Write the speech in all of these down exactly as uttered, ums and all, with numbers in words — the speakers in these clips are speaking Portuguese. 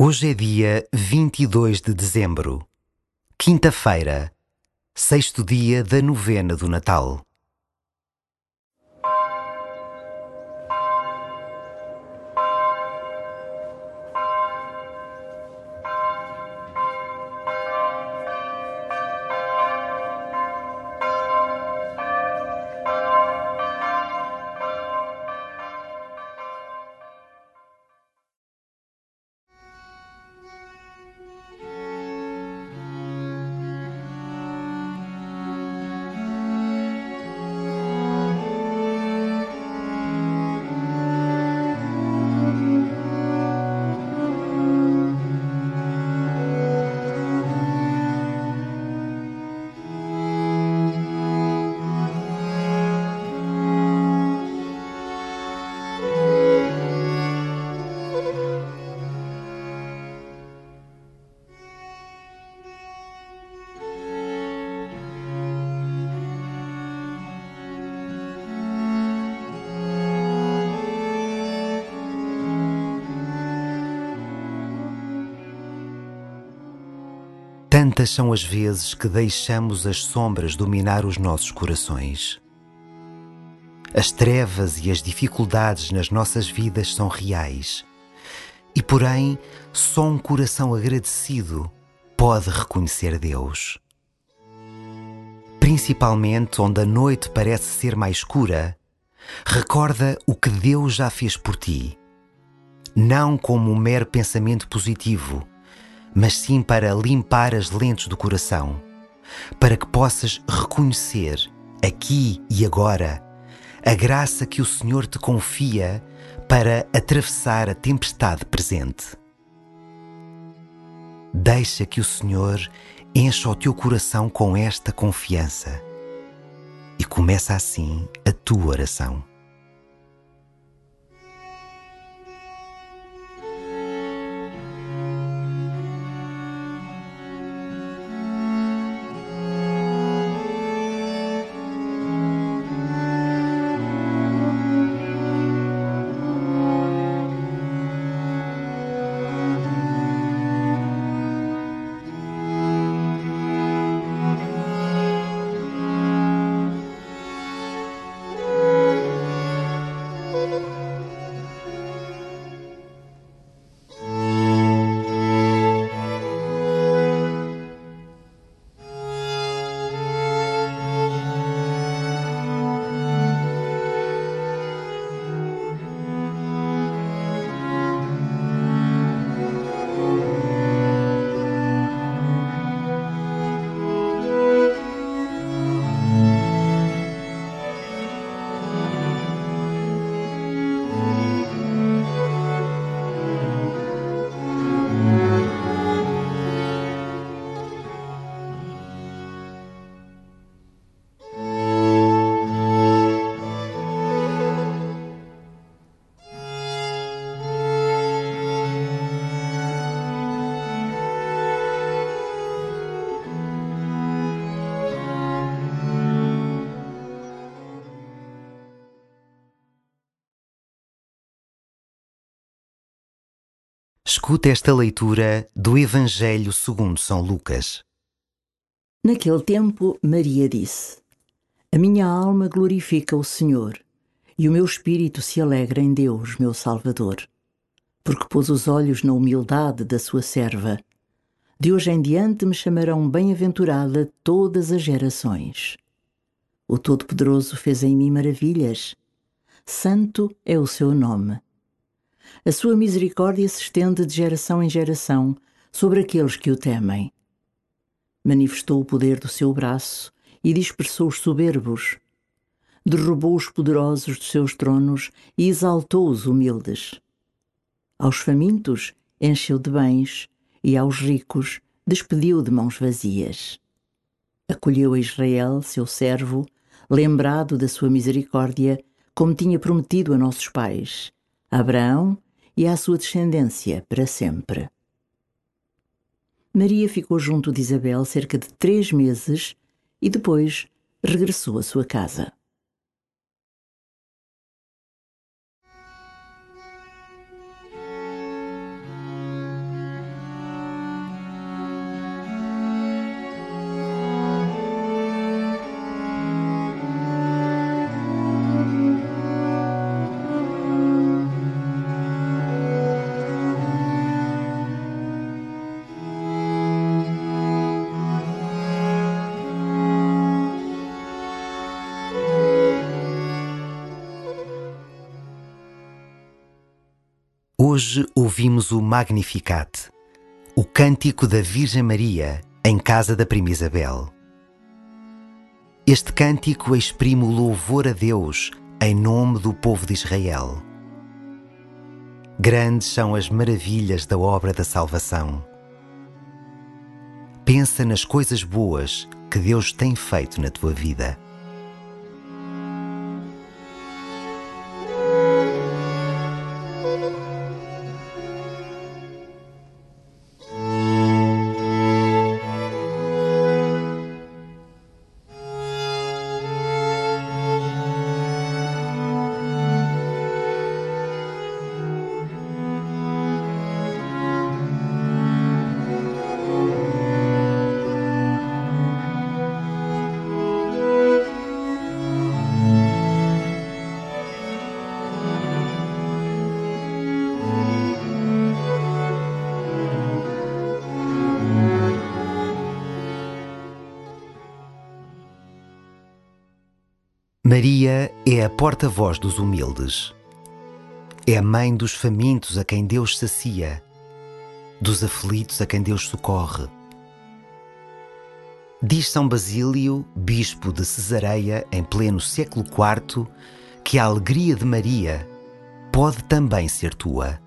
Hoje é dia vinte e dois de dezembro, quinta-feira, sexto dia da novena do Natal. Tantas são as vezes que deixamos as sombras dominar os nossos corações. As trevas e as dificuldades nas nossas vidas são reais. E, porém, só um coração agradecido pode reconhecer Deus. Principalmente onde a noite parece ser mais escura, recorda o que Deus já fez por ti. Não como um mero pensamento positivo, mas sim para limpar as lentes do coração, para que possas reconhecer, aqui e agora, a graça que o Senhor te confia para atravessar a tempestade presente. Deixa que o Senhor encha o teu coração com esta confiança e começa assim a tua oração. Escuta esta leitura do Evangelho segundo São Lucas. Naquele tempo, Maria disse: A minha alma glorifica o Senhor, e o meu espírito se alegra em Deus, meu Salvador, porque pôs os olhos na humildade da sua serva. De hoje em diante me chamarão bem-aventurada todas as gerações. O Todo-Poderoso fez em mim maravilhas. Santo é o seu nome. A sua misericórdia se estende de geração em geração sobre aqueles que o temem. Manifestou o poder do seu braço e dispersou os soberbos. Derrubou os poderosos dos seus tronos e exaltou os humildes. Aos famintos encheu de bens e aos ricos despediu de mãos vazias. Acolheu a Israel, seu servo, lembrado da sua misericórdia, como tinha prometido a nossos pais, a Abraão e à sua descendência para sempre. Maria ficou junto de Isabel cerca de três meses e depois regressou à sua casa. Hoje ouvimos o Magnificat, o cântico da Virgem Maria em casa da Prima Isabel. Este cântico exprime o louvor a Deus em nome do povo de Israel. Grandes são as maravilhas da obra da salvação. Pensa nas coisas boas que Deus tem feito na tua vida. Maria é a porta-voz dos humildes. É a mãe dos famintos a quem Deus sacia, dos aflitos a quem Deus socorre. Diz São Basílio, bispo de Cesareia em pleno século quarto, que a alegria de Maria pode também ser tua.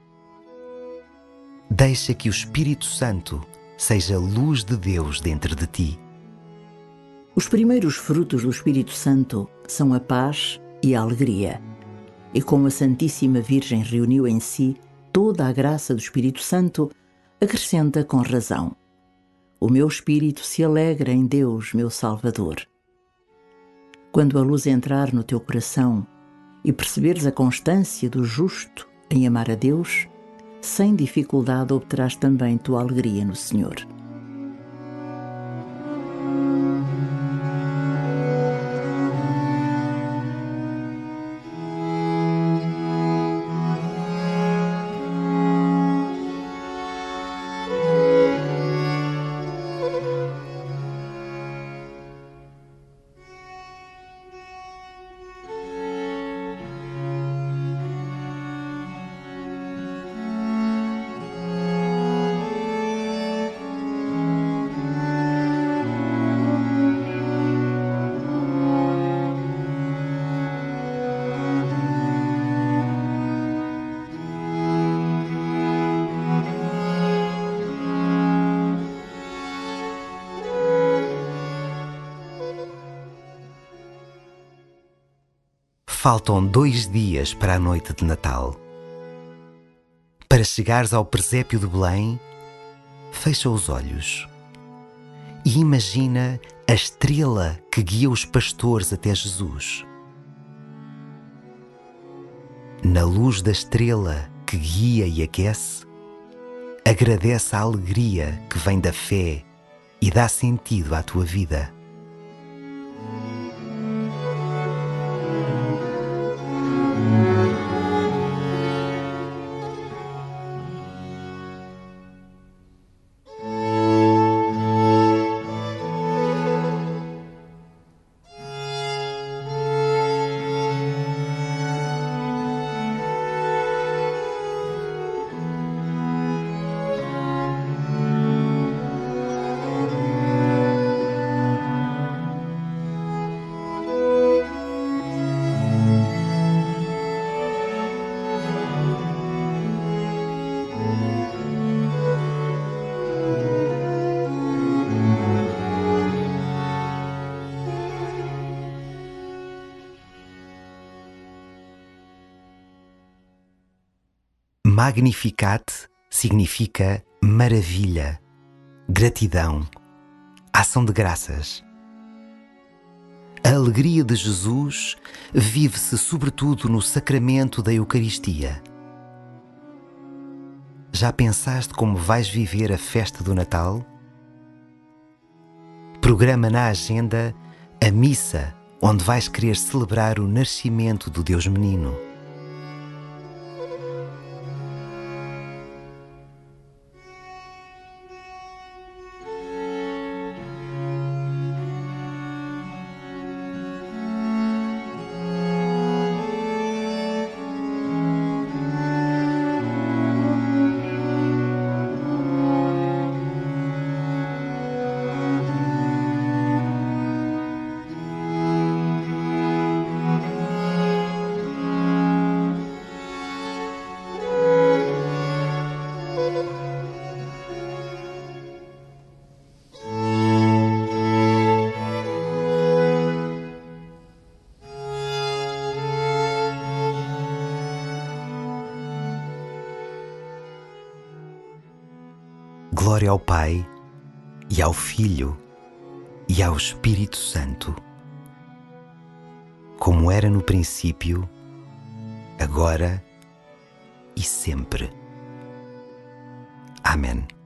Deixa que o Espírito Santo seja luz de Deus dentro de ti. Os primeiros frutos do Espírito Santo são a paz e a alegria. E como a Santíssima Virgem reuniu em si toda a graça do Espírito Santo, acrescenta com razão: o meu espírito se alegra em Deus, meu Salvador. Quando a luz entrar no teu coração e perceberes a constância do justo em amar a Deus, sem dificuldade obterás também tua alegria no Senhor. Faltam dois dias para a noite de Natal. Para chegares ao presépio de Belém, fecha os olhos e imagina a estrela que guia os pastores até Jesus. Na luz da estrela que guia e aquece, agradece a alegria que vem da fé e dá sentido à tua vida. Magnificat significa maravilha, gratidão, ação de graças. A alegria de Jesus vive-se sobretudo no sacramento da Eucaristia. Já pensaste como vais viver a festa do Natal? Programa na agenda a missa onde vais querer celebrar o nascimento do Deus Menino. Glória ao Pai, e ao Filho, e ao Espírito Santo, como era no princípio, agora e sempre. Amém.